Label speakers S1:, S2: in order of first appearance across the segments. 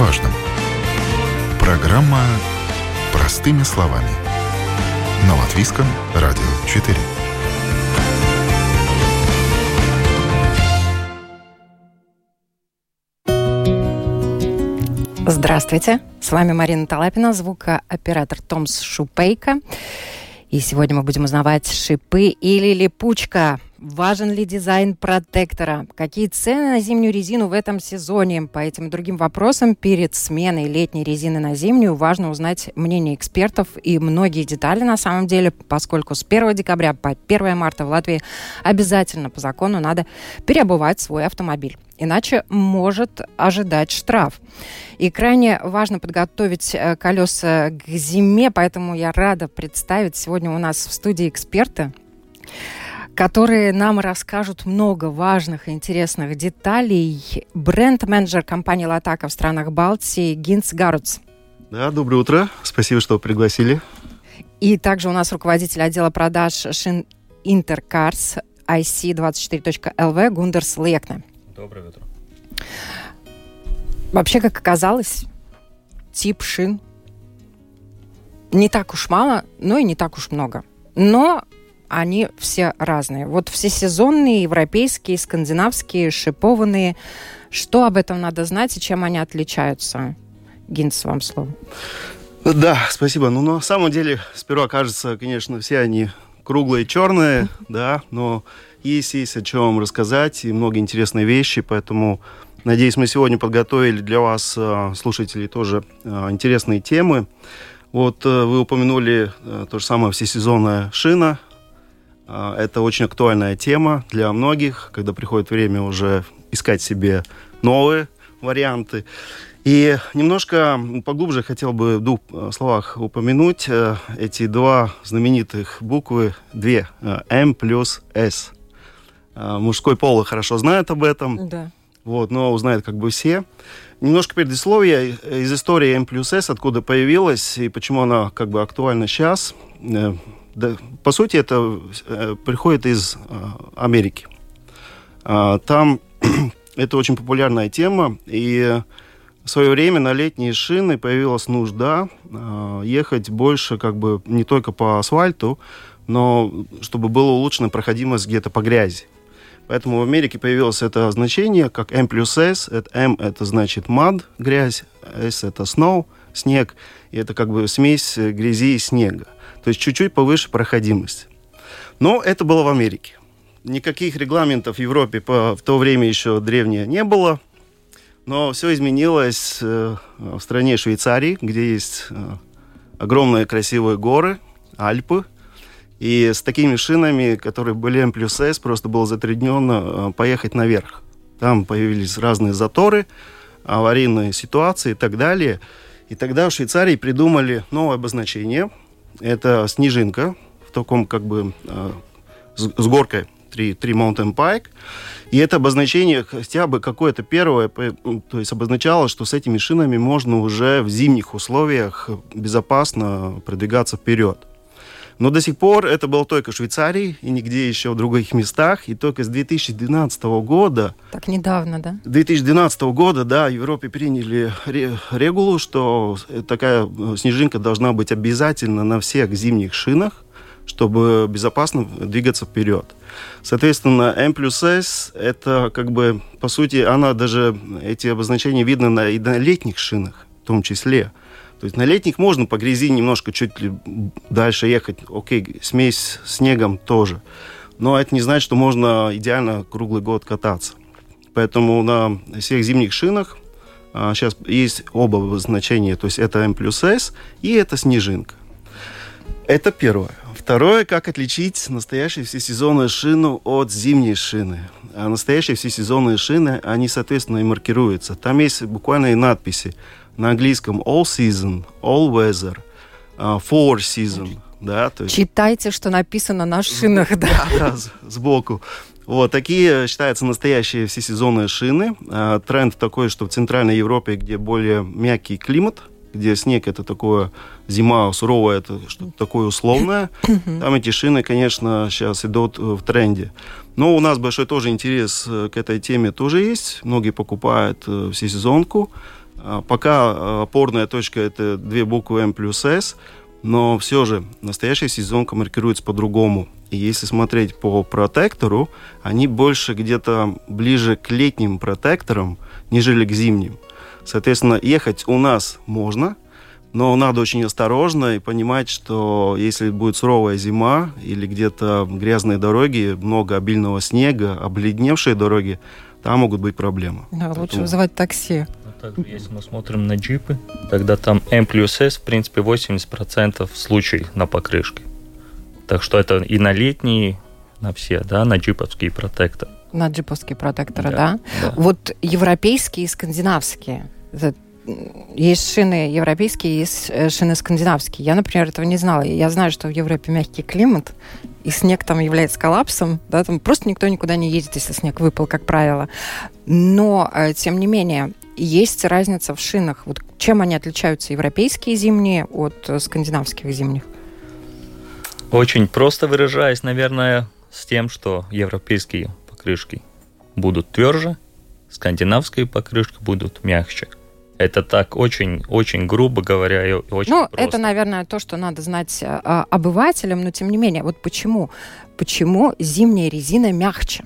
S1: важном. Программа «Простыми словами» на Латвийском радио 4.
S2: Здравствуйте, с вами Марина Талапина, звукооператор Томс Шупейко. И сегодня мы будем узнавать, шипы или липучка. Важен ли дизайн протектора? Какие цены на зимнюю резину в этом сезоне? По этим и другим вопросам перед сменой летней резины на зимнюю важно узнать мнение экспертов и многие детали на самом деле, поскольку с 1 декабря по 1 марта в Латвии обязательно по закону надо переобувать свой автомобиль. Иначе может ожидать штраф. И крайне важно подготовить колеса к зиме, поэтому я рада представить сегодня у нас в студии эксперта, которые нам расскажут много важных и интересных деталей. Бренд-менеджер компании «Латака» в странах Балтии Гинс Гаруц.
S3: Да, доброе утро. Спасибо, что пригласили.
S2: И также у нас руководитель отдела продаж шин Интеркарс IC24.lv Гундерс Лекне.
S4: Доброе утро.
S2: Вообще, как оказалось, тип шин не так уж мало, но и не так уж много. Но они все разные. Вот всесезонные, европейские, скандинавские, шипованные. Что об этом надо знать и чем они отличаются? Гинс, вам слово.
S3: Да, спасибо. Ну, на самом деле, сперва кажется, конечно, все они круглые, черные, да, но есть о чем рассказать и много интересных вещей, поэтому, надеюсь, мы сегодня подготовили для вас, слушателей, тоже интересные темы. Вот вы упомянули то же самое всесезонная шина. Это очень актуальная тема для многих, когда приходит время уже искать себе новые варианты. И немножко поглубже хотел бы в двух словах упомянуть эти два знаменитых буквы, две, М плюс С. Мужской пол хорошо знает об этом,
S2: да. Вот,
S3: но узнают как бы все. Немножко предисловия из истории М плюс С, откуда появилась и почему она как бы актуальна сейчас. Да, по сути, это приходит из Америки. Там это очень популярная тема, и в свое время на летние шины появилась нужда ехать больше как бы не только по асфальту, но чтобы была улучшена проходимость где-то по грязи. Поэтому в Америке появилось это значение как M плюс S. M это значит mud, грязь, S это snow, снег, и это как бы смесь грязи и снега. То есть чуть-чуть повыше проходимость. Но это было в Америке. Никаких регламентов в Европе в то время еще древнее не было. Но все изменилось в стране Швейцарии, где есть огромные красивые горы, Альпы. И с такими шинами, которые были M плюс S, просто было затруднено поехать наверх. Там появились разные заторы, аварийные ситуации и так далее. И тогда в Швейцарии придумали новое обозначение. Это снежинка в таком как бы с горкой 3 Mountain Pike. И это обозначение хотя бы какое-то первое, то есть обозначало, что с этими шинами можно уже в зимних условиях безопасно продвигаться вперед. Но до сих пор это было только в Швейцарии и нигде еще в других местах. И только с 2012 года...
S2: Так недавно, да?
S3: 2012 года, да, в Европе приняли регулу, что такая снежинка должна быть обязательно на всех зимних шинах, чтобы безопасно двигаться вперед. Соответственно, M плюс S, это как бы, по сути, она даже, эти обозначения видно и на летних шинах в том числе. То есть на летних можно по грязи немножко чуть ли дальше ехать. Окей, смесь с снегом тоже. Но это не значит, что можно идеально круглый год кататься. Поэтому на всех зимних шинах сейчас есть оба обозначения. То есть это M плюс S и это снежинка. Это первое. Второе, как отличить настоящую всесезонную шину от зимней шины. А настоящие всесезонные шины, они, соответственно, и маркируются. Там есть буквально и надписи. На английском all season, all weather, four season. Да, то есть...
S2: Читайте, что написано на шинах.
S3: Да, сбоку. Вот, такие считаются настоящие всесезонные шины. Тренд такой, что в Центральной Европе, где более мягкий климат, где снег это такое, зима суровая, это что-то такое условное, там эти шины, конечно, сейчас идут в тренде. Но у нас большой тоже интерес к этой теме тоже есть. Многие покупают всесезонку. Пока опорная точка – это 2 буквы М плюс С, но все же настоящая сезонка маркируется по-другому. И если смотреть по протектору, они больше где-то ближе к летним протекторам, нежели к зимним. Соответственно, ехать у нас можно, но надо очень осторожно и понимать, что если будет суровая зима или где-то грязные дороги, много обильного снега, обледневшие дороги, там могут быть проблемы.
S2: Да, лучше вызывать такси.
S4: Также, если мы смотрим на джипы, тогда там М плюс С, в принципе, 80% случаев на покрышке. Так что это и на летние, на все, да, на джиповские протекторы.
S2: На джиповские протекторы, да?
S4: Да.
S2: Вот европейские и скандинавские. Есть шины европейские, есть шины скандинавские. Я, например, этого не знала. Я знаю, что в Европе мягкий климат, и снег там является коллапсом. Да, там просто никто никуда не едет, если снег выпал, как правило. Но, тем не менее, есть разница в шинах. Вот чем они отличаются, европейские зимние от скандинавских зимних?
S4: Очень просто выражаясь, наверное, с тем, что европейские покрышки будут тверже, скандинавские покрышки будут мягче. Это так очень грубо говоря и очень просто.
S2: Это, наверное, то, что надо знать обывателям, но тем не менее, вот почему зимняя резина мягче?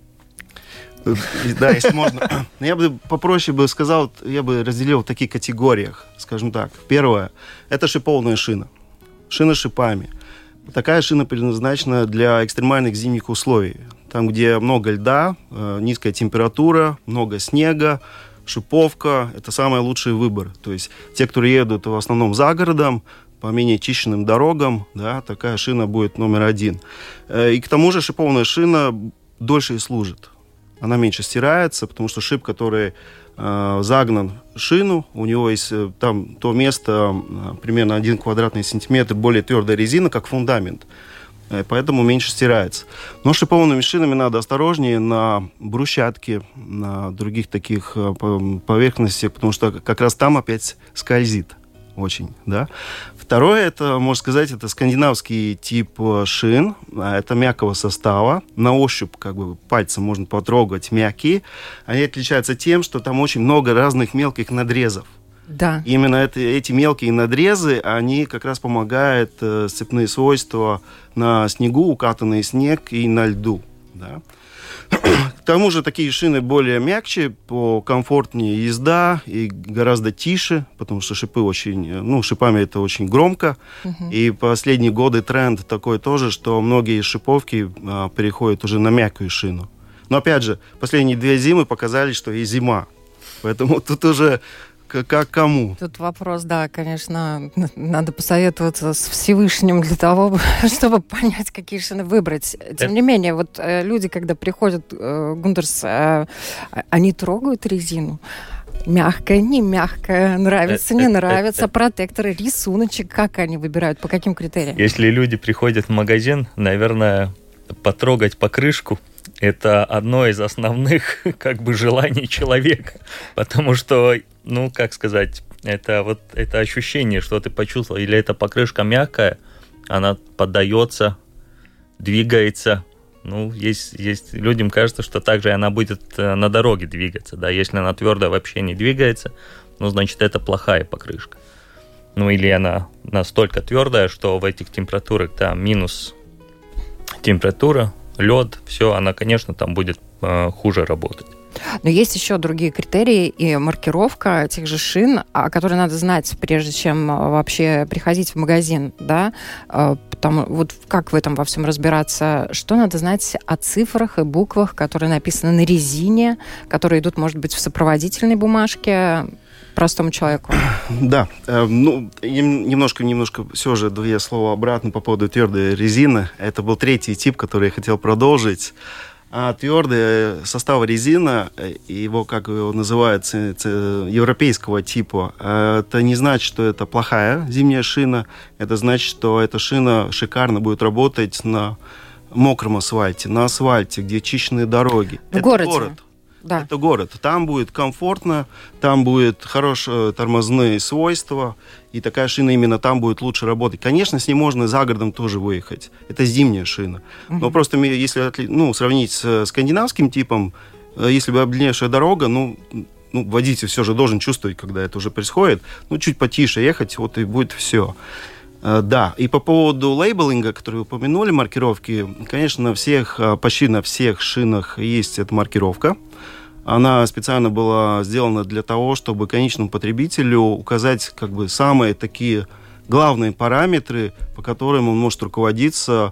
S3: Да, если можно. Я бы попроще сказал, я бы разделил в таких категориях, скажем так. Первое – это шиповная шина. Шина с шипами. Такая шина предназначена для экстремальных зимних условий. Там, где много льда, низкая температура, много снега, шиповка – это самый лучший выбор. То есть те, кто едут в основном за городом, по менее чищенным дорогам, да, такая шина будет номер 1. И к тому же шиповная шина дольше и служит. Она меньше стирается, потому что шип, который загнан в шину, у него есть там то место, примерно 1 квадратный сантиметр, более твердая резина, как фундамент. Поэтому меньше стирается. Но шипованными шинами надо осторожнее на брусчатке, на других таких поверхностях, потому что как раз там опять скользит очень, да. Второе, это, можно сказать, это скандинавский тип шин. Это мягкого состава. На ощупь, как бы, пальцем можно потрогать, мягкие. Они отличаются тем, что там очень много разных мелких надрезов.
S2: Да.
S3: Именно эти мелкие надрезы, они как раз помогают сцепные свойства на снегу, укатанный снег и на льду. Да. К тому же такие шины более мягче, покомфортнее езда и гораздо тише, потому что шипы шипами это очень громко. И последние годы тренд такой тоже, что многие шиповки переходят уже на мягкую шину. Но опять же, последние 2 зимы показали, что и зима. Поэтому тут уже как кому.
S2: Тут вопрос, да, конечно, надо посоветоваться с Всевышним для того, чтобы понять, какие шины выбрать. Тем не менее, вот люди, когда приходят Гундерс, они трогают резину. Мягкая, не мягкая, нравится, не нравится, протекторы, рисуночек, как они выбирают, по каким критериям?
S4: Если люди приходят в магазин, наверное, потрогать покрышку – это одно из основных желаний человека, потому что, это ощущение, что ты почувствовал, или эта покрышка мягкая, она поддается, двигается. Есть людям кажется, что также она будет на дороге двигаться, да, если она твердая вообще не двигается, значит, это плохая покрышка. Или она настолько твердая, что в этих температурах, минус температура, лед, все, она, конечно, там будет хуже работать.
S2: Но есть еще другие критерии и маркировка этих же шин, которые надо знать, прежде чем вообще приходить в магазин, да? Вот как в этом во всем разбираться? Что надо знать о цифрах и буквах, которые написаны на резине, которые идут, может быть, в сопроводительной бумажке простому человеку?
S3: Да. Немножко все же 2 слова обратно по поводу твердой резины. Это был 3-й тип, который я хотел продолжить. А твердый состав резины, его, как его называют, европейского типа, это не значит, что это плохая зимняя шина. Это значит, что эта шина шикарно будет работать на мокром асфальте, на асфальте, где чищенные дороги.
S2: В городе. Город. Да.
S3: Это город. Там будет комфортно, там будет хорошие тормозные свойства, и такая шина именно там будет лучше работать. Конечно, с ней можно за городом тоже выехать. Это зимняя шина. Но просто если сравнить с скандинавским типом, если бы обледеневшая дорога, водитель все же должен чувствовать, когда это уже происходит. Чуть потише ехать, вот и будет все. Да, и по поводу лейблинга, который вы упомянули, маркировки, конечно, почти на всех шинах есть эта маркировка. Она специально была сделана для того, чтобы конечному потребителю указать самые такие главные параметры, по которым он может руководиться,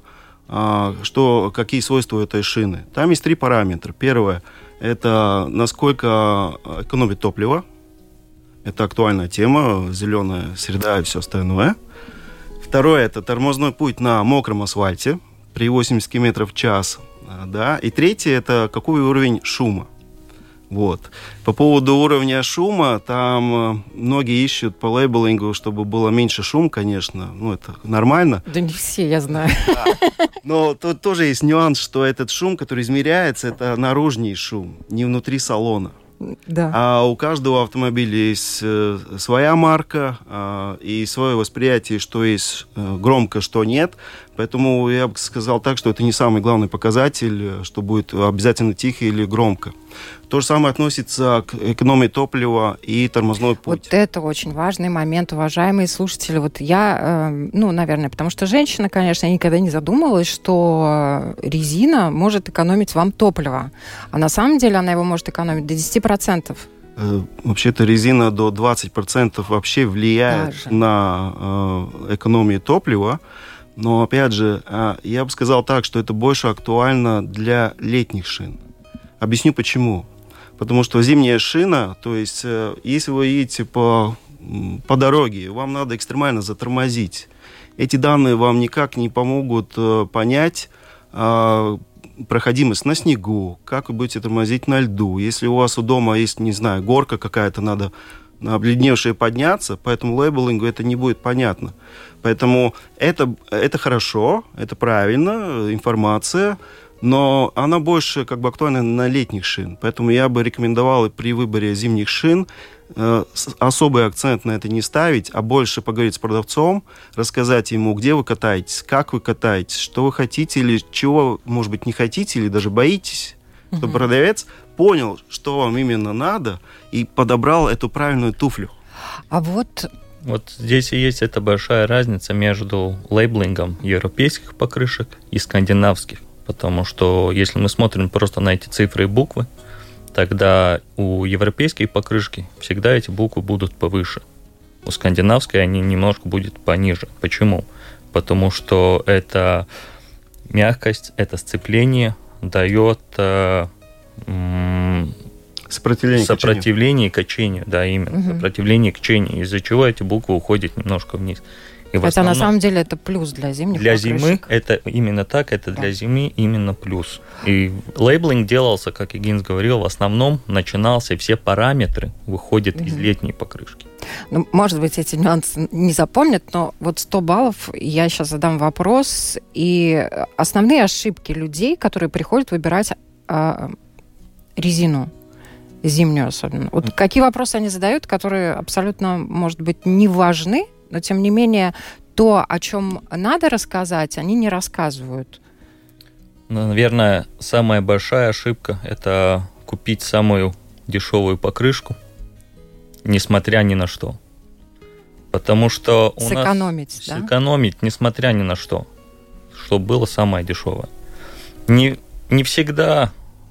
S3: какие свойства этой шины. Там есть 3 параметра. Первое – это насколько экономит топливо. Это актуальная тема, зеленая среда и все остальное. Второе – это тормозной путь на мокром асфальте при 80 км в час. Да? И третье – это какой уровень шума. Вот. По поводу уровня шума, там многие ищут по лейблингу, чтобы было меньше шум, конечно. Это нормально.
S2: Да не все, я знаю.
S3: Да. Но тут тоже есть нюанс, что этот шум, который измеряется, это наружный шум, не внутри салона.
S2: Да.
S3: А у каждого автомобиля есть своя марка и свое восприятие, что есть громко, что нет. Поэтому я бы сказал так, что это не самый главный показатель, что будет обязательно тихо или громко. То же самое относится к экономии топлива и тормозной путь.
S2: Вот это очень важный момент, уважаемые слушатели. Вот я, наверное, потому что женщина, конечно, я никогда не задумывалась, что резина может экономить вам топливо. А на самом деле она его может экономить до 10%.
S3: Вообще-то резина до 20% вообще влияет на экономию топлива. Но, опять же, я бы сказал так, что это больше актуально для летних шин. Объясню почему. Потому что зимняя шина, то есть, если вы едете по дороге, вам надо экстремально затормозить. Эти данные вам никак не помогут понять проходимость на снегу, как вы будете тормозить на льду. Если у вас у дома есть, не знаю, горка какая-то, надо на обледеневшее подняться, поэтому лейблингу это не будет понятно. Поэтому это хорошо, это правильно, информация, но она больше актуальна на летних шин. Поэтому я бы рекомендовал при выборе зимних шин особый акцент на это не ставить, а больше поговорить с продавцом, рассказать ему, где вы катаетесь, как вы катаетесь, что вы хотите или чего, может быть, не хотите, или даже боитесь, чтобы продавец понял, что вам именно надо, и подобрал эту правильную туфлю.
S2: А вот
S4: здесь и есть эта большая разница между лейблингом европейских покрышек и скандинавских. Потому что если мы смотрим просто на эти цифры и буквы, тогда у европейской покрышки всегда эти буквы будут повыше. У скандинавской они немножко будут пониже. Почему? Потому что это мягкость, это сцепление дает сопротивление к качению. Да, именно. Сопротивление к качению, из-за чего эти буквы уходят немножко вниз. И
S2: хотя на самом деле это плюс для зимних покрышек.
S4: Для зимы это именно так, это для зимы именно плюс. И лейблинг делался, как Егинс говорил, в основном начинался, и все параметры выходят из летней покрышки.
S2: Может быть, эти нюансы не запомнят, но 100 баллов, я сейчас задам вопрос. И основные ошибки людей, которые приходят выбирать резину, зимнюю особенно. Какие вопросы они задают, которые абсолютно, может быть, не важны, но, тем не менее, то, о чем надо рассказать, они не рассказывают.
S4: Наверное, самая большая ошибка – это купить самую дешевую покрышку, несмотря ни на что. Потому что у нас... Сэкономить, несмотря ни на что, чтобы было самое дешевое. Не всегда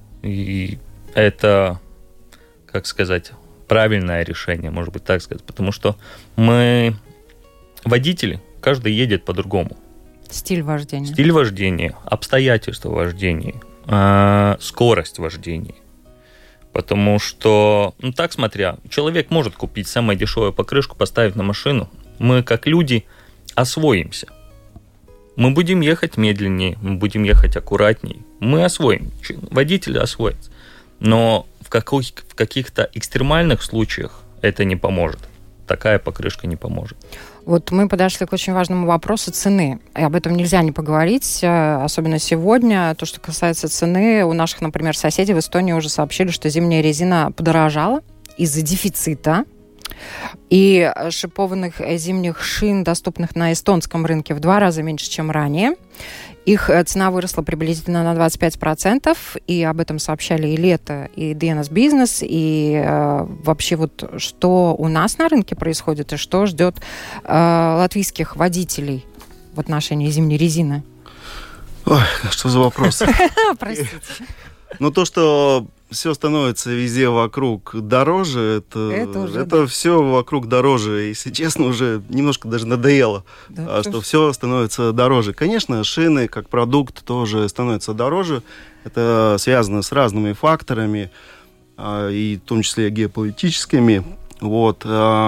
S4: это, как сказать, правильное решение, может быть, так сказать. Потому что мы... Водители, каждый едет по-другому.
S2: Стиль вождения.
S4: Стиль вождения, обстоятельства вождения, скорость вождения. Потому что, так смотря, человек может купить самую дешевую покрышку, поставить на машину. Мы, как люди, освоимся. Мы будем ехать медленнее, мы будем ехать аккуратнее. Мы освоим, водитель освоится. Но в каких-то экстремальных случаях это не поможет. Такая покрышка не поможет.
S2: Мы подошли к очень важному вопросу цены. И об этом нельзя не поговорить, особенно сегодня. То, что касается цены, у наших, например, соседей в Эстонии уже сообщили, что зимняя резина подорожала из-за дефицита. И шипованных зимних шин, доступных на эстонском рынке, в 2 раза меньше, чем ранее. Их цена выросла приблизительно на 25%, и об этом сообщали и Лето, и DNS Business, и вообще вот что у нас на рынке происходит, и что ждет латвийских водителей в отношении зимней резины.
S3: Ой, что за вопрос?
S2: Простите.
S3: Ну, то, что все становится везде вокруг дороже, это все вокруг дороже. И, если честно, уже немножко даже надоело, что все становится дороже. Конечно, шины как продукт тоже становятся дороже. Это связано с разными факторами, и в том числе геополитическими. Вот.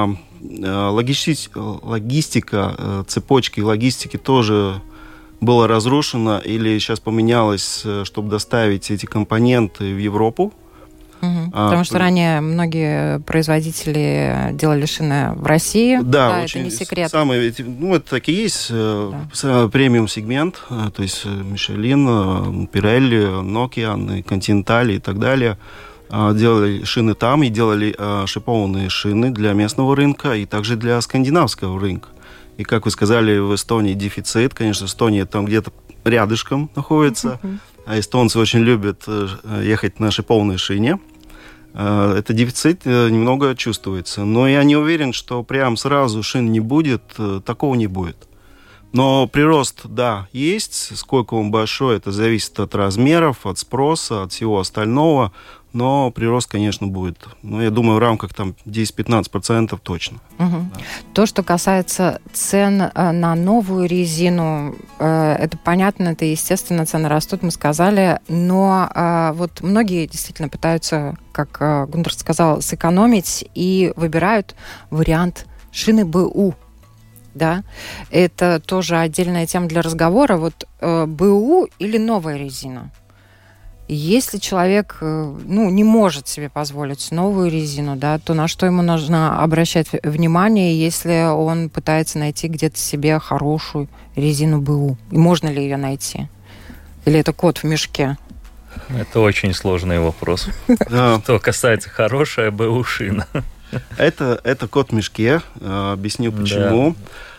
S3: Логистика, цепочки логистики тоже была разрушена или сейчас поменялась, чтобы доставить эти компоненты в Европу.
S2: Потому что ранее многие производители делали шины в России.
S3: Да,
S2: это не секрет.
S3: Это так и есть. Премиум-сегмент, то есть Мишелин, Пирелли, Nokian, Континенталь и так далее. Делали шины там и делали шипованные шины для местного рынка и также для скандинавского рынка. И, как вы сказали, в Эстонии дефицит. Конечно, Эстония там где-то рядышком находится. А эстонцы очень любят ехать на шипованной шине. Это дефицит немного чувствуется. Но я не уверен, что прям сразу шин не будет. Такого не будет. Но прирост, да, есть. Сколько он большой, это зависит от размеров, от спроса, от всего остального. Но прирост, конечно, будет. Но я думаю, в рамках там 10-15% точно.
S2: Да. То, что касается цен на новую резину, это понятно, это естественно, цены растут, мы сказали. Но вот многие действительно пытаются, как Гунтер сказал, сэкономить и выбирают вариант шины БУ. Да, это тоже отдельная тема для разговора. Вот БУ или новая резина? Если человек не может себе позволить новую резину, да, то на что ему нужно обращать внимание, если он пытается найти где-то себе хорошую резину БУ? И можно ли ее найти? Или это кот в мешке?
S4: Это очень сложный вопрос. Что касается хорошей БУ шина.
S3: Это кот в мешке. Объясню почему.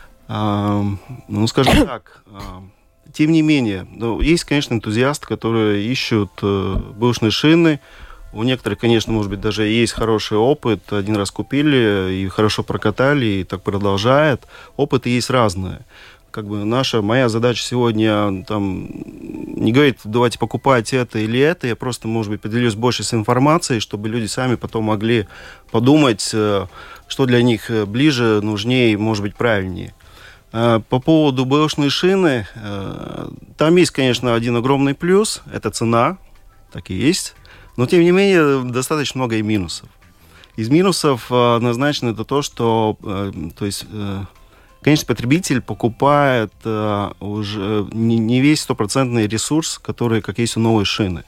S3: Скажем так. Тем не менее, есть, конечно, энтузиасты, которые ищут бэушные шины. У некоторых, конечно, может быть, даже есть хороший опыт. Один раз купили и хорошо прокатали, и так продолжает. Опыты есть разные. Моя задача сегодня не говорить, давайте покупать это или это. Я просто, может быть, поделюсь больше с информацией, чтобы люди сами потом могли подумать, что для них ближе, нужнее, может быть, правильнее. По поводу бэушной шины, там есть, конечно, один огромный плюс, это цена, так и есть, но, тем не менее, достаточно много и минусов. Из минусов однозначно это то, что, конечно, потребитель покупает уже не весь стопроцентный ресурс, который, как есть у новой шины.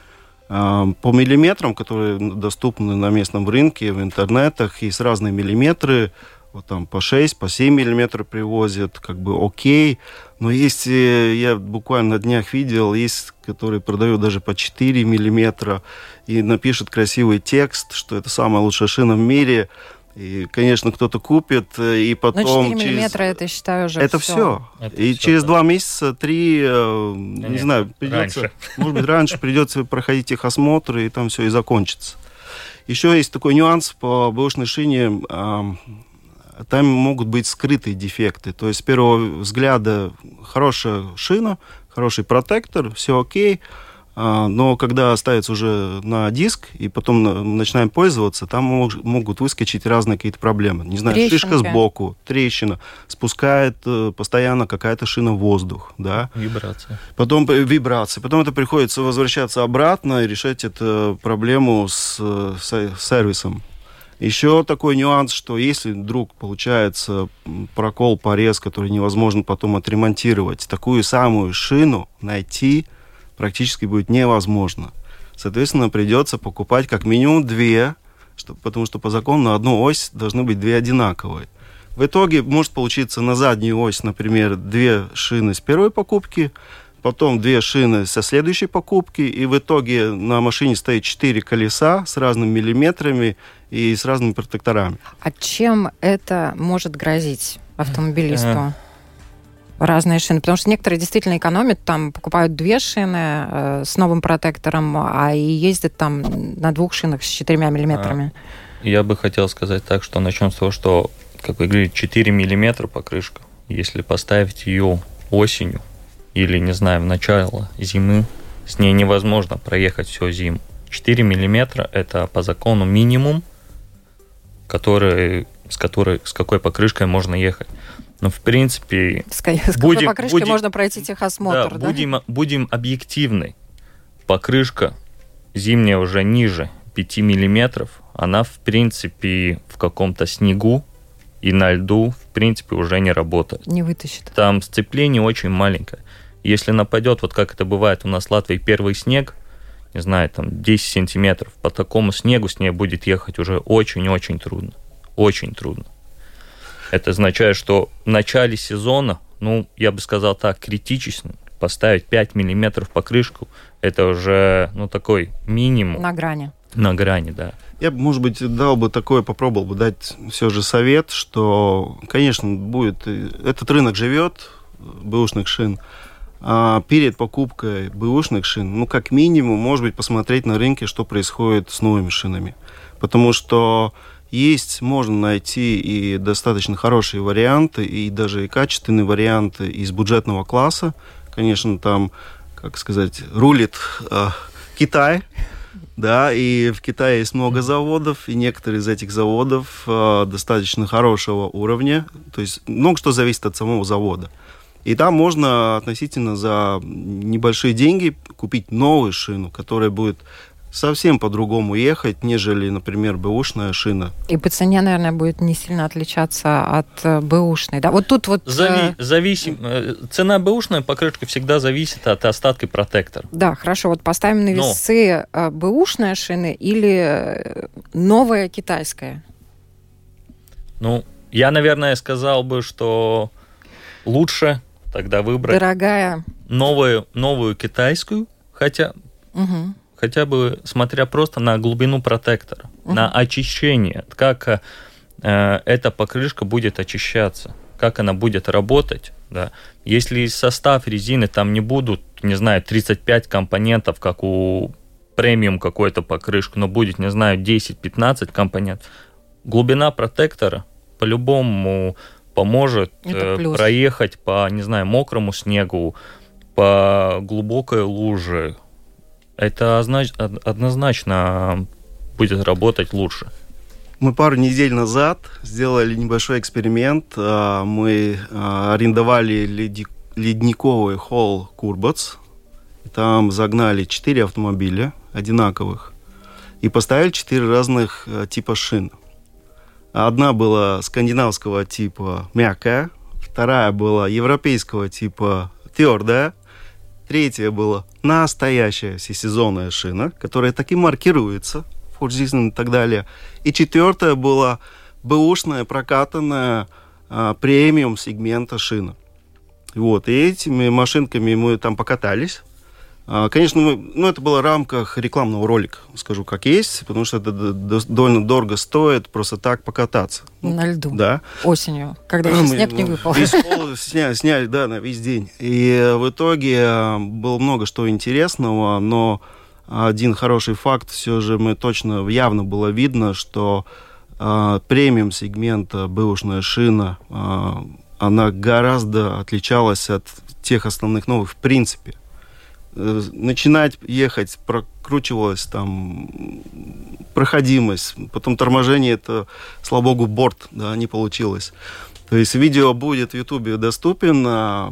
S3: По миллиметрам, которые доступны на местном рынке, в интернетах, есть разные миллиметры. Вот там по 6, по 7 миллиметров привозят, окей. Но есть, я буквально на днях видел, есть, которые продают даже по 4 миллиметра и напишут красивый текст, что это самая лучшая шина в мире. И, конечно, кто-то купит, и потом...
S2: 4 миллиметра, это, считаю, уже
S3: это все. И все, через 2 месяца, 3, не знаю, придется... Раньше. Может быть, раньше придется проходить техосмотры, и там все и закончится. Еще есть такой нюанс по бэушной шине. Там могут быть скрытые дефекты. То есть, с первого взгляда, хорошая шина, хороший протектор, все окей. Но когда ставится уже на диск, и потом начинаем пользоваться, там могут выскочить разные какие-то проблемы. Не знаю, шишка сбоку, трещина, спускает постоянно какая-то шина в воздух. Да?
S4: Вибрация.
S3: Потом вибрация. Потом это приходится возвращаться обратно и решать эту проблему с сервисом. Еще такой нюанс, что если вдруг получается прокол, порез, который невозможно потом отремонтировать, такую самую шину найти практически будет невозможно. Соответственно, придется покупать как минимум 2, потому что по закону на одну ось должны быть 2 одинаковые. В итоге может получиться на заднюю ось, например, 2 шины с первой покупки, потом 2 шины со следующей покупки, и в итоге на машине стоит 4 колеса с разными миллиметрами и с разными протекторами.
S2: А чем это может грозить автомобилисту? разные шины? Потому что некоторые действительно экономят, там покупают 2 шины с новым протектором, а и ездят там на 2 шинах с 4 миллиметрами.
S4: Я бы хотел сказать так, что начнем с того, что, как вы говорите, 4 миллиметра покрышка. Если поставить ее осенью или, не знаю, в начало зимы, с ней невозможно проехать всю зиму. 4 миллиметра – это по закону минимум, с какой покрышкой можно ехать. Но, в принципе...
S2: С какой покрышкой можно пройти техосмотр, да?
S4: Будем объективны. Покрышка зимняя уже ниже 5 миллиметров, она, в принципе, в каком-то снегу и на льду, в принципе, уже не работает.
S2: Не вытащит.
S4: Там сцепление очень маленькое. Если нападет, вот как это бывает у нас в Латвии, первый снег, не знаю, там 10 сантиметров, по такому снегу с ней будет ехать уже очень-очень трудно. Очень трудно. Это означает, что в начале сезона, я бы сказал так, критично поставить 5 миллиметров покрышку, это уже, такой минимум.
S2: На грани.
S4: На грани, да.
S3: Я бы, может быть, попробовал бы дать все же совет, что, конечно, этот рынок живет, бэушных шин, а перед покупкой бэушных шин, как минимум, может быть, посмотреть на рынке, что происходит с новыми шинами. Потому что можно найти и достаточно хорошие варианты, и даже и качественные варианты из бюджетного класса. Конечно, там, рулит Китай, да, и в Китае есть много заводов, и некоторые из этих заводов достаточно хорошего уровня, то есть много что зависит от самого завода. И там можно относительно за небольшие деньги купить новую шину, которая будет совсем по-другому ехать, нежели, например, бэушная шина.
S2: И по цене, наверное, будет не сильно отличаться от бэушной. Да? Вот тут
S4: цена бэушной покрышки всегда зависит от остатка протектора.
S2: Да, хорошо. Вот поставим на весы бэушная шина или новая китайская?
S4: Я, наверное, сказал бы, что лучше тогда выбрать
S2: дорогая
S4: новую китайскую, хотя бы смотря просто на глубину протектора, на очищение, как эта покрышка будет очищаться, как она будет работать. Да. Если состав резины там не будут, 35 компонентов, как у премиум какой-то покрышки, но будет, 10-15 компонентов, глубина протектора по-любому поможет проехать по, мокрому снегу, по глубокой луже. Это однозначно будет работать лучше.
S3: Мы пару недель назад сделали небольшой эксперимент. Мы арендовали ледниковый холл Курбац. Там загнали 4 автомобиля одинаковых и поставили 4 разных типа шин. Одна была скандинавского типа мягкая, вторая была европейского типа твердая, третья была настоящая всесезонная шина, которая так и маркируется, Ford Season и так далее. И четвертая была бэушная, прокатанная премиум сегмента шина. И этими машинками мы там покатались. Конечно, это было в рамках рекламного ролика, скажу как есть, потому что это довольно дорого стоит просто так покататься.
S2: На льду.
S3: Да.
S2: Осенью, когда еще снег не выпал.
S3: Весь пол сняли, да, на весь день. И в итоге было много что интересного, но один хороший факт все же явно было видно, что премиум сегмента бэушная шина, она гораздо отличалась от тех основных новых в принципе. Начинать ехать, прокручивалась там проходимость, потом торможение, это, слава богу, борт, да, не получилось. То есть видео будет в Ютубе доступен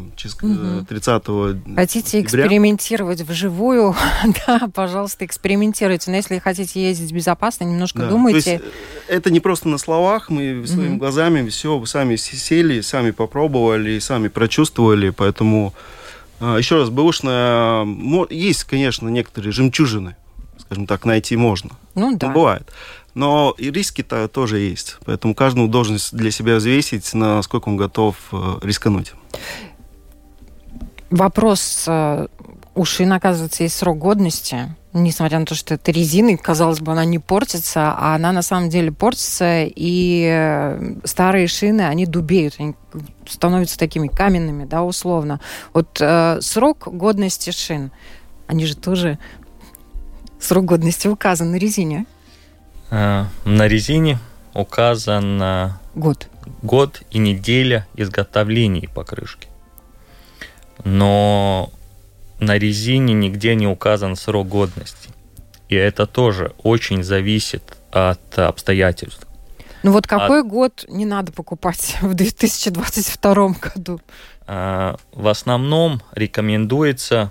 S3: 30
S2: Хотите экспериментировать вживую? Да, пожалуйста, экспериментируйте. Но если хотите ездить безопасно, немножко думайте.
S3: То есть это не просто на словах, мы своими глазами все сами сели, сами попробовали, сами прочувствовали, поэтому... Еще раз, бэушная... Есть, конечно, некоторые жемчужины, скажем так, найти можно.
S2: Да.
S3: Бывает. Но и риски-то тоже есть. Поэтому каждому должен для себя взвесить, насколько он готов рискнуть.
S2: Вопрос. У шин, оказывается, есть срок годности. Несмотря на то, что это резина, и, казалось бы, она не портится, а она на самом деле портится, и старые шины, они дубеют, они становятся такими каменными, да, условно. Вот срок годности шин, они же тоже... Срок годности указан на резине.
S4: На резине указан год и неделя изготовления покрышки. Но на резине нигде не указан срок годности. И это тоже очень зависит от обстоятельств.
S2: Ну вот какой год не надо покупать в 2022 году?
S4: В основном рекомендуется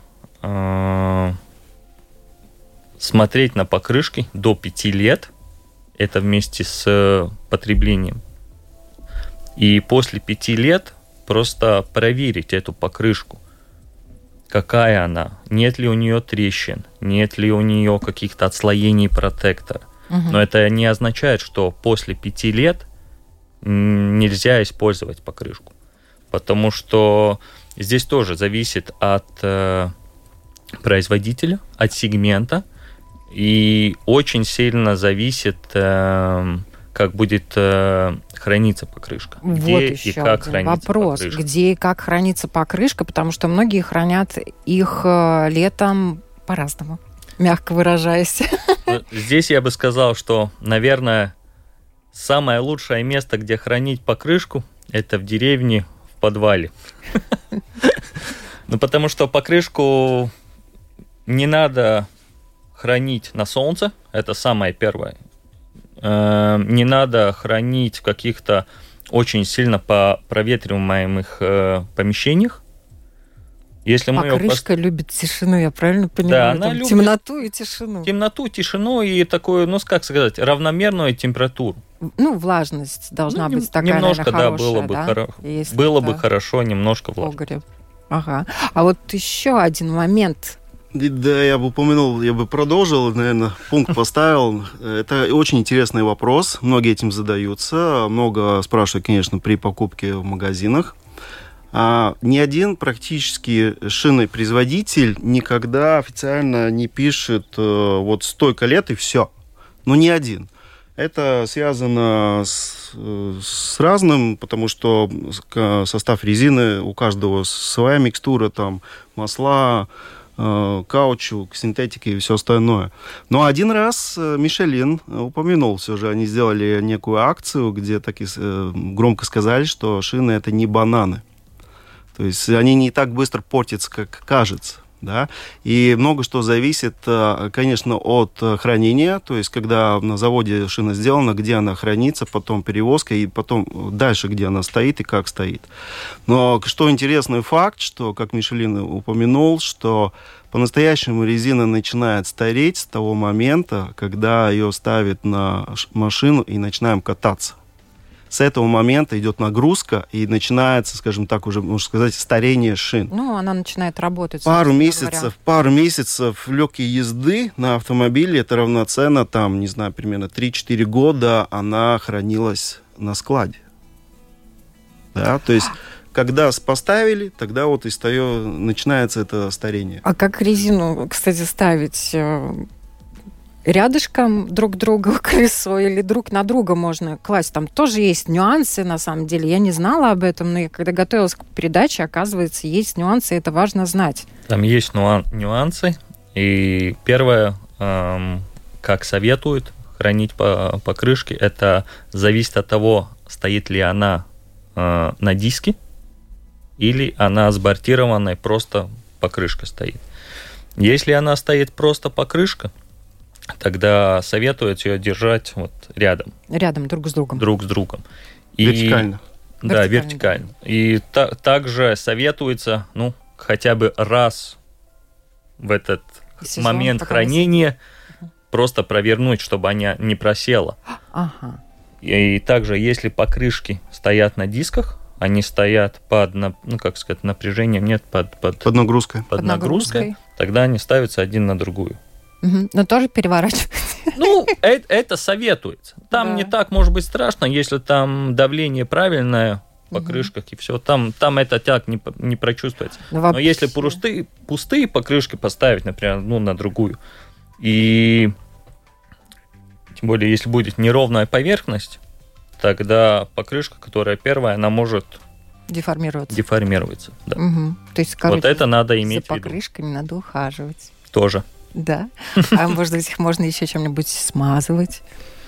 S4: смотреть на покрышки до 5 лет. Это вместе с потреблением. И после 5 лет просто проверить эту покрышку. Какая она, нет ли у нее трещин, нет ли у нее каких-то отслоений протектора. Но это не означает, что после 5 лет нельзя использовать покрышку. Потому что здесь тоже зависит от производителя, от сегмента. И очень сильно зависит, как будет храниться покрышка.
S2: Где и как хранится вопрос. Покрышка. Где и как хранится покрышка, потому что многие хранят их летом по-разному, мягко выражаясь.
S4: Здесь я бы сказал, что, наверное, самое лучшее место, где хранить покрышку, это в деревне, в подвале. Ну, потому что покрышку не надо хранить на солнце, это самое первое. Не надо хранить в каких-то очень сильно проветриваемых помещениях. Если
S2: покрышка любит тишину, я правильно понимаю?
S4: Да, она любит
S2: темноту и тишину.
S4: Темноту, тишину и такую, ну, как сказать, равномерную температуру.
S2: Ну, влажность должна быть такая,
S4: немножко,
S2: наверное,
S4: хорошая, да? Было бы хорошо, немножко влажно.
S2: Ага. А вот еще один момент.
S3: Да, я бы упомянул, я бы продолжил, наверное, пункт поставил. Это очень интересный вопрос. Многие этим задаются. Много спрашивают, конечно, при покупке в магазинах. Ни один практически шинный производитель никогда официально не пишет вот столько лет и все. Ну, ни один. Это связано с разным, потому что состав резины у каждого своя микстура, там масла, каучук, синтетики и все остальное. Но один раз Мишелин упомянул, все же они сделали некую акцию, где так и громко сказали, что шины это не бананы. То есть они не так быстро портятся, как кажется. Да? И много что зависит, конечно, от хранения, то есть когда на заводе шина сделана, где она хранится, потом перевозка, и потом дальше, где она стоит и как стоит. Но что интересный факт, что, как Мишелин упомянул, что по-настоящему резина начинает стареть с того момента, когда ее ставят на машину и начинаем кататься. С этого момента идет нагрузка и начинается, скажем так, уже, можно сказать, старение шин.
S2: Ну, она начинает работать.
S3: Пару месяцев легкой езды на автомобиле, это равноценно, там, не знаю, примерно 3-4 года она хранилась на складе. Да, то есть, когда поставили, тогда вот начинается это старение.
S2: А как резину, кстати, ставить? Рядышком друг друга колесо или друг на друга можно класть. Там тоже есть нюансы, на самом деле. Я не знала об этом, но когда готовилась к передаче, оказывается, есть нюансы, и это важно знать.
S4: Там есть нюансы. И первое, как советуют хранить покрышки, это зависит от того, стоит ли она на диске или она сбортированная, просто покрышка стоит. Если она стоит просто покрышка, тогда советуют ее держать вот рядом.
S2: Рядом, друг с другом.
S4: Друг с другом.
S3: Вертикально.
S4: Да, вертикально. И также советуется, ну, хотя бы раз в этот момент хранения просто провернуть, чтобы она не просела.
S2: Ага.
S4: И также, если покрышки стоят на дисках, они стоят под, ну, как сказать, напряжением, нет, под
S3: нагрузкой.
S4: Под нагрузкой, тогда они ставятся один на другую.
S2: Но тоже переворачивать.
S4: Ну, это советуется. Там не так, может быть, страшно, если там давление правильное в покрышках и все. Там это так не прочувствуется. Но если пустые покрышки поставить, например, ну, на другую, И тем более, если будет неровная поверхность, тогда покрышка, которая первая, она может деформироваться. Да.
S2: Угу. То есть, короче,
S4: вот это надо иметь в виду.
S2: За покрышками надо ухаживать.
S4: Тоже.
S2: Да. А может быть, их можно еще чем-нибудь смазывать?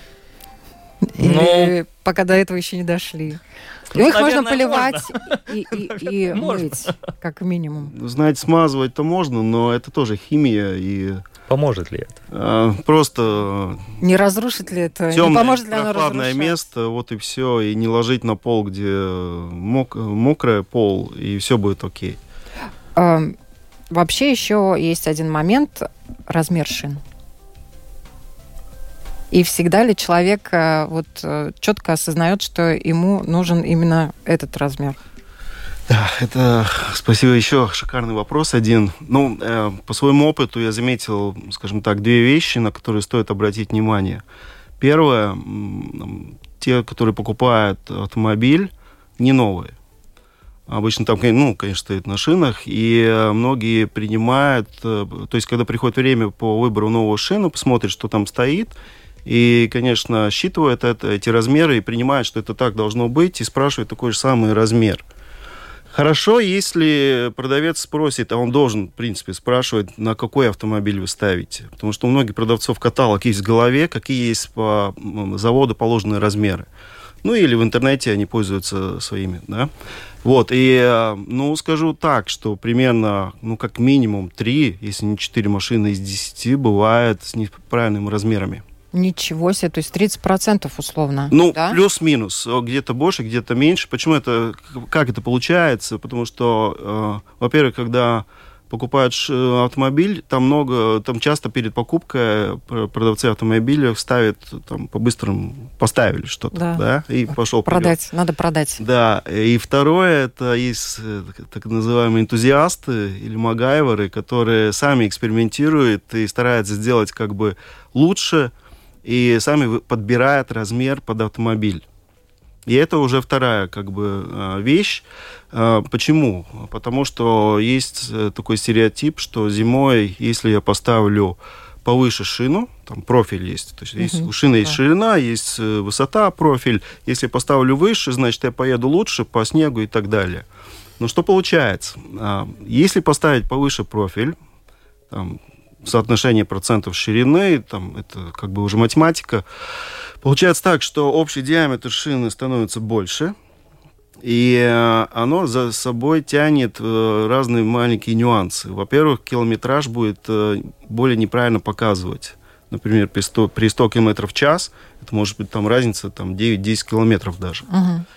S2: Или пока до этого еще не дошли? Ну, их можно поливать и мыть, как минимум.
S3: Знаете, смазывать-то можно, но это тоже химия. И
S4: поможет ли это?
S3: Просто...
S2: Не разрушит ли это?
S3: Темное,
S2: не поможет ли оно
S3: прохладное место, вот и все. И не ложить на пол, где мокрый пол, и все будет окей.
S2: Вообще еще есть один момент – размер шин. И всегда ли человек вот четко осознает, что ему нужен именно этот размер?
S3: Да, это, спасибо, еще шикарный вопрос один. Ну, по своему опыту я заметил, скажем так, две вещи, на которые стоит обратить внимание. Первое, те, которые покупают автомобиль, не новые. Обычно там, ну, конечно, стоит на шинах, и многие принимают, то есть, когда приходит время по выбору нового шины, посмотрят, что там стоит, и, конечно, считывают эти размеры и принимают, что это так должно быть, и спрашивают такой же самый размер. Хорошо, если продавец спросит, а он должен, в принципе, спрашивать, на какой автомобиль вы ставите. Потому что у многих продавцов каталог есть в голове, какие есть по заводу положенные размеры. Ну, или в интернете они пользуются своими, да. Вот, и, ну, скажу так, что примерно, ну, как минимум 3, если не 4 машины из 10 бывает с неправильными размерами.
S2: Ничего себе, то есть 30% условно.
S3: Ну,
S2: да?
S3: Плюс-минус. Где-то больше, где-то меньше. Почему это, как это получается? Потому что, во-первых, когда покупают автомобиль, там часто перед покупкой продавцы автомобиля ставят, там, по-быстрому поставили что-то, да, и пошел
S2: продать,
S3: вперед.
S2: надо продать.
S3: Да, и второе, это есть так называемые энтузиасты или магайверы, которые сами экспериментируют и стараются сделать как бы лучше, и сами подбирают размер под автомобиль. И это уже вторая как бы вещь. Почему? Потому что есть такой стереотип, что зимой, если я поставлю повыше шину, там профиль есть, то есть, есть у шины есть ширина, есть высота, профиль. Если я поставлю выше, значит, я поеду лучше по снегу и так далее. Но что получается? Если поставить повыше профиль, там, соотношение процентов ширины, там, это как бы уже математика, получается так, что общий диаметр шины становится больше, и оно за собой тянет разные маленькие нюансы. Во-первых, километраж будет более неправильно показывать. Например, при 100 км в час, это может быть там разница там, 9-10 километров даже.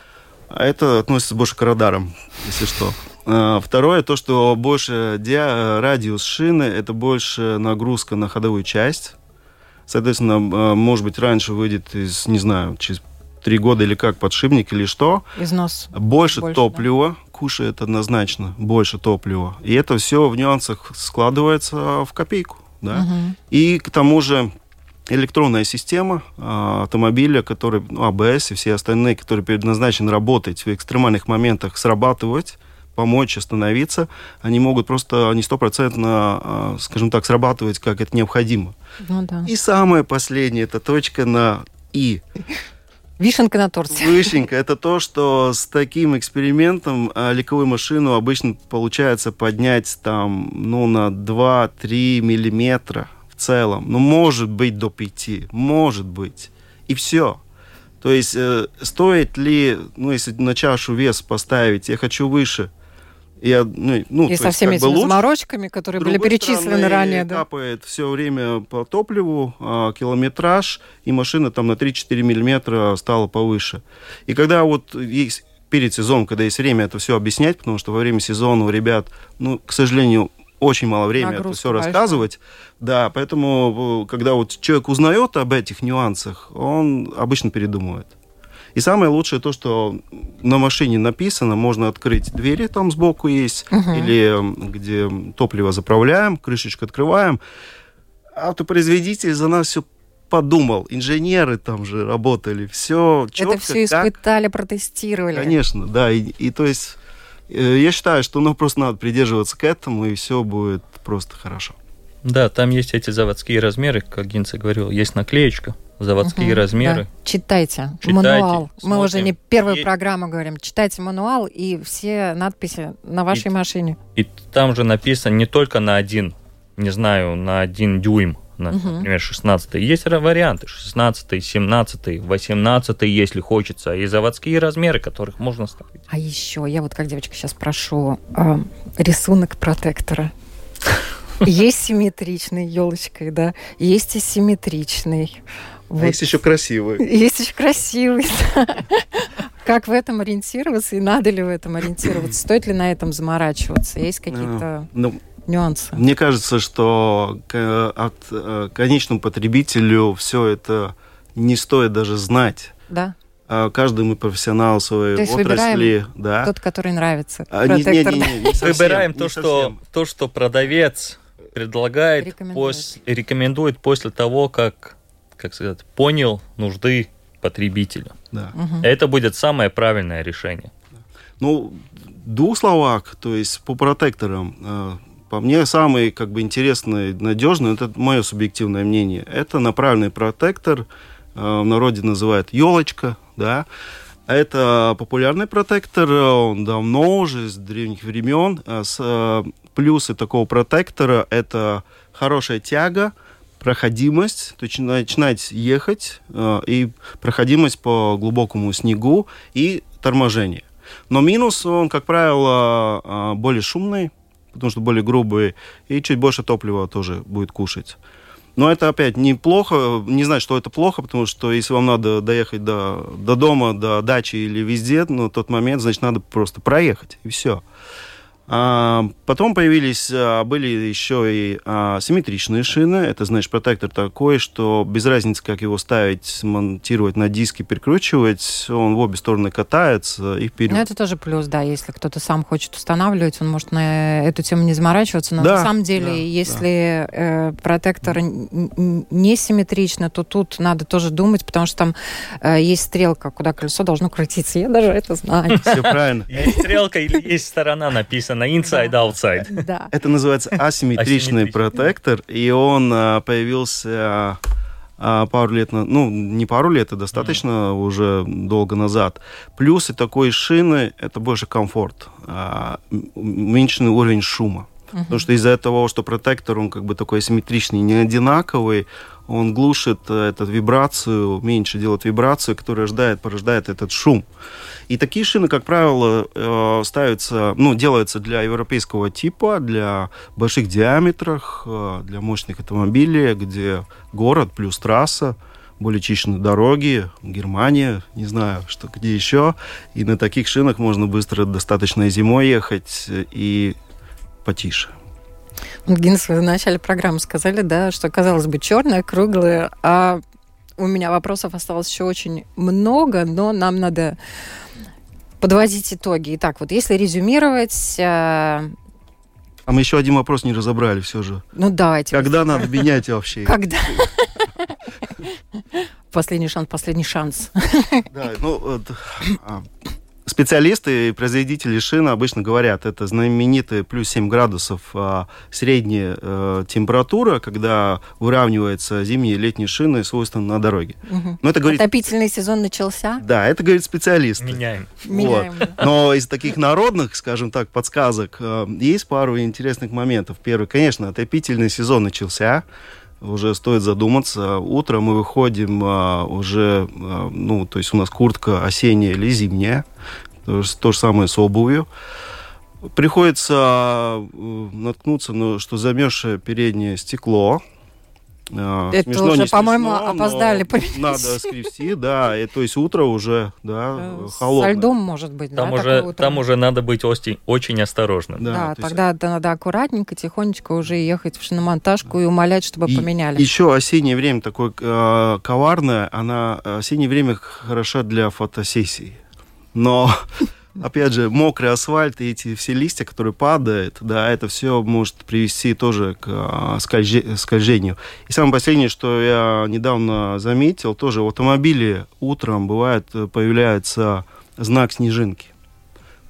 S3: А это относится больше к радарам, если что. Второе, то, что больше радиус шины, это больше нагрузка на ходовую часть. Соответственно, может быть, раньше выйдет из, не знаю, через 3 года или как подшипник или что.
S2: Износ.
S3: Больше топлива, да? Кушает однозначно больше топлива. И это все в нюансах складывается в копейку. Да? И к тому же электронная система автомобиля, который, АБС и все остальные, которые предназначены работать в экстремальных моментах, срабатывать, помочь остановиться, они могут просто не 100%, скажем так, срабатывать, как это необходимо.
S2: Ну, да.
S3: И самое последнее, это точка на «и».
S2: Вишенка на торте.
S3: Вишенка. Это то, что с таким экспериментом легковую машину обычно получается поднять там, ну, на 2-3 миллиметра в целом. Ну, может быть, до 5. Может быть. И все. То есть, стоит ли, ну, если на чашу вес поставить, я хочу выше, и
S2: со всеми этими заморочками, которые были перечислены ранее. Да?
S3: Капает все время по топливу, километраж, и машина там на 3-4 миллиметра стала повыше. И когда вот есть перед сезоном, когда есть время это все объяснять, потому что во время сезона у ребят, ну, к сожалению, очень мало времени это все рассказывать. Да, поэтому, когда вот человек узнает об этих нюансах, он обычно передумывает. И самое лучшее то, что на машине написано, можно открыть двери, там сбоку есть, или где топливо заправляем, крышечку открываем. Автопроизводитель за нас все подумал, инженеры там же работали, все четко.
S2: Это все испытали, протестировали.
S3: Конечно, да, и то есть я считаю, что просто надо придерживаться к этому, и все будет просто хорошо.
S4: Да, там есть эти заводские размеры, как Гинца говорил, есть наклеечка, заводские размеры.
S2: Да. Читайте мануал. Мы уже не первую программу говорим. Читайте мануал и все надписи на вашей машине.
S4: И там же написано не только на 1 дюйм, например, 16-й. Есть варианты 16-й, 17-й, 18-й, если хочется, и заводские размеры, которых можно ставить.
S2: А еще, я вот как девочка сейчас прошу, рисунок протектора. Есть симметричный елочкой, да, есть асимметричный.
S3: Вот. Есть еще красивый.
S2: Есть еще красивый, да. Как в этом ориентироваться и надо ли в этом ориентироваться? Стоит ли на этом заморачиваться? Есть какие-то нюансы?
S3: Мне кажется, что конечному потребителю все это не стоит даже знать.
S2: Да.
S3: Каждый мы профессионал своей отрасли. Да.
S2: Тот, который нравится.
S4: Выбираем то, что продавец предлагает, рекомендует после того, как сказать, понял нужды потребителя.
S3: Да.
S4: Это будет самое правильное решение.
S3: Ну, в 2 словах, то есть по протекторам, по мне самый интересный, надежный, это мое субъективное мнение, это направленный протектор, в народе называют елочка, да. Это популярный протектор, он давно уже, с древних времен. Плюсы такого протектора – это хорошая тяга, проходимость, то есть начинать ехать, и проходимость по глубокому снегу, и торможение. Но минус, он, как правило, более шумный, потому что более грубый, и чуть больше топлива тоже будет кушать. Но это опять неплохо, не знаю, что это плохо, потому что если вам надо доехать до дома, до дачи или везде, на тот момент, значит, надо просто проехать, и все. Потом были еще и симметричные шины. Это, значит, протектор такой, что без разницы, как его ставить, монтировать на диски, перекручивать, он в обе стороны катается и вперед.
S2: Ну, это тоже плюс, да, если кто-то сам хочет устанавливать, он может на эту тему не заморачиваться, но на самом деле, если протектор не симметричный, то тут надо тоже думать, потому что там есть стрелка, куда колесо должно крутиться. Я даже это знаю.
S3: Все правильно.
S4: Есть стрелка или есть сторона написана inside, outside.
S2: Да.
S3: Это называется асимметричный протектор, и он появился пару лет, не пару лет, а достаточно уже долго назад. Плюсы такой шины – это больше комфорт, уменьшенный уровень шума. Потому что из-за того, что протектор, он такой асимметричный, не одинаковый, он глушит эту вибрацию, меньше делает вибрацию, которая порождает этот шум. И такие шины, как правило, делаются для европейского типа, для больших диаметров, для мощных автомобилей, где город плюс трасса, более чищенные дороги, Германия, не знаю, где еще. И на таких шинах можно быстро достаточно зимой ехать и потише.
S2: Гинс, вы в начале программы сказали, да, что, казалось бы, черное, круглое, а у меня вопросов осталось еще очень много, но нам надо подводить итоги. Итак, вот если резюмировать... А
S3: мы еще один вопрос не разобрали все же.
S2: Ну, давайте.
S3: Когда надо менять вообще?
S2: Когда? Последний шанс.
S3: Да, специалисты и производители шин обычно говорят, это знаменитые плюс 7 градусов средняя температура, когда выравниваются зимние и летние шины, свойственно на дороге.
S2: Но это говорит... Отопительный сезон начался?
S3: Да, это говорит специалисты.
S4: Меняем.
S2: Да.
S3: Но из таких народных, скажем так, подсказок есть пару интересных моментов. Первый, конечно, отопительный сезон начался. Уже стоит задуматься. Утром мы выходим уже, то есть у нас куртка осенняя или зимняя. То же самое с обувью. Приходится наткнуться, что замерзшее переднее стекло.
S2: Это смешно, уже, по-моему, опоздали.
S3: Надо скрести, да. То есть утро уже, холодное.
S2: Со льдом, может быть,
S4: там уже надо быть очень осторожным.
S2: Да, тогда надо аккуратненько, тихонечко уже ехать в шиномонтажку и умолять, чтобы поменяли.
S3: Еще осеннее время такое коварное. Осеннее время хороша для фотосессий. Но... Опять же, мокрый асфальт и эти все листья, которые падают, да, это все может привести тоже к скольжению. И самое последнее, что я недавно заметил, тоже в автомобиле утром появляется знак снежинки.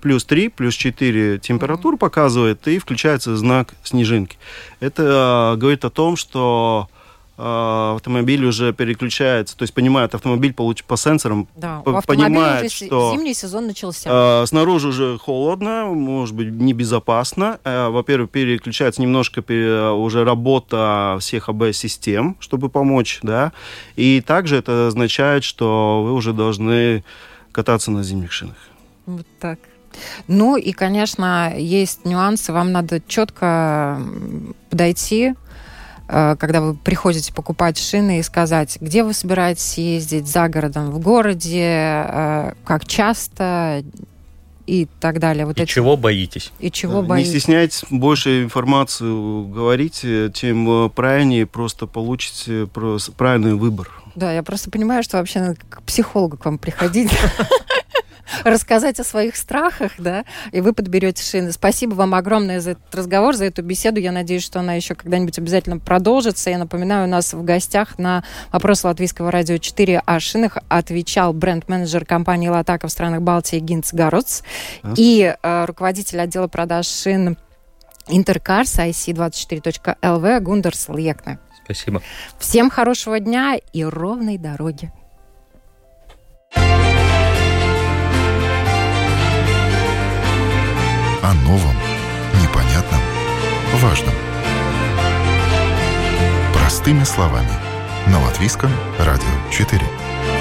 S3: плюс 3, плюс 4 температуру показывает, и включается знак снежинки. Это говорит о том, что автомобиль уже переключается, то есть понимает, автомобиль по сенсорам понимает, что
S2: зимний сезон начался.
S3: Снаружи уже холодно, может быть, небезопасно. Во-первых, переключается немножко уже работа всех АБС-систем, чтобы помочь, да. И также это означает, что вы уже должны кататься на зимних шинах.
S2: Вот так. Ну и, конечно, есть нюансы. Вам надо четко подойти, когда вы приходите покупать шины, и сказать, где вы собираетесь ездить, за городом, в городе, как часто и так далее. Вот
S4: чего боитесь?
S2: И чего боитесь.
S3: Не стесняйтесь, больше информацию говорите, тем правильнее просто получите правильный выбор.
S2: Да, я просто понимаю, что вообще надо к психологу к вам приходить. Рассказать о своих страхах, да, и вы подберете шины. Спасибо вам огромное за этот разговор, за эту беседу. Я надеюсь, что она еще когда-нибудь обязательно продолжится. Я напоминаю, у нас в гостях на вопрос Латвийского радио 4 о шинах отвечал бренд-менеджер компании «Латака» в странах Балтии Гинц Гароц и руководитель отдела продаж шин Интеркарс IC24.LV Гундерс Лекне.
S4: Спасибо.
S2: Всем хорошего дня и ровной дороги.
S1: О новом, непонятном, важном. Простыми словами. На Латвийском радио 4.